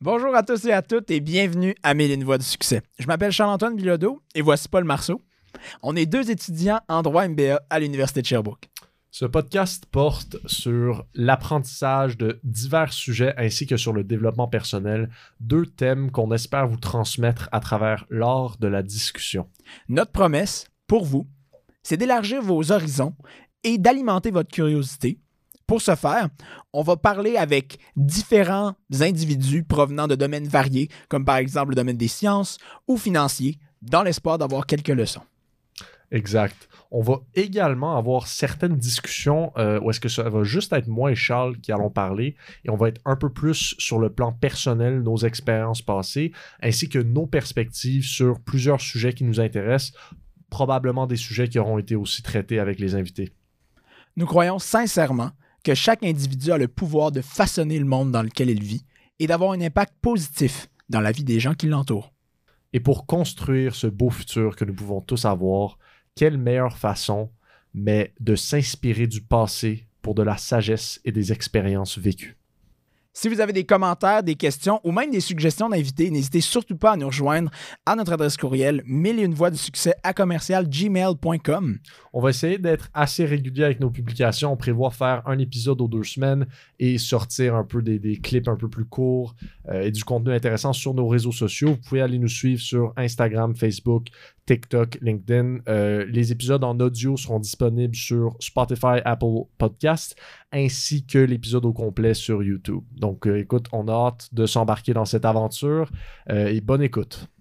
Bonjour à tous et à toutes et bienvenue à Mille et une voix du succès. Je m'appelle Charles-Antoine Bilodeau et voici Paul Marceau. On est deux étudiants en droit MBA à l'Université de Sherbrooke. Ce podcast porte sur l'apprentissage de divers sujets ainsi que sur le développement personnel, deux thèmes qu'on espère vous transmettre à travers l'art de la discussion. Notre promesse, pour vous, c'est d'élargir vos horizons et d'alimenter votre curiosité. Pour ce faire, on va parler avec différents individus provenant de domaines variés, comme par exemple le domaine des sciences ou financiers, dans l'espoir d'avoir quelques leçons. Exact. On va également avoir certaines discussions où est-ce que ça va juste être moi et Charles qui allons parler et on va être un peu plus sur le plan personnel, nos expériences passées, ainsi que nos perspectives sur plusieurs sujets qui nous intéressent, probablement des sujets qui auront été aussi traités avec les invités. Nous croyons sincèrement que chaque individu a le pouvoir de façonner le monde dans lequel il vit et d'avoir un impact positif dans la vie des gens qui l'entourent. Et pour construire ce beau futur que nous pouvons tous avoir, quelle meilleure façon, mais de s'inspirer du passé pour de la sagesse et des expériences vécues. Si vous avez des commentaires, des questions ou même des suggestions d'invités, n'hésitez surtout pas à nous rejoindre à notre adresse courriel milleetunevoixdusuccès@gmail.com. On va essayer d'être assez régulier avec nos publications. On prévoit faire un épisode aux 2 semaines et sortir un peu des clips un peu plus courts et du contenu intéressant sur nos réseaux sociaux. Vous pouvez aller nous suivre sur Instagram, Facebook, TikTok, LinkedIn. Les épisodes en audio seront disponibles sur Spotify, Apple Podcasts, ainsi que l'épisode au complet sur YouTube. Donc, écoute, on a hâte de s'embarquer dans cette aventure et bonne écoute.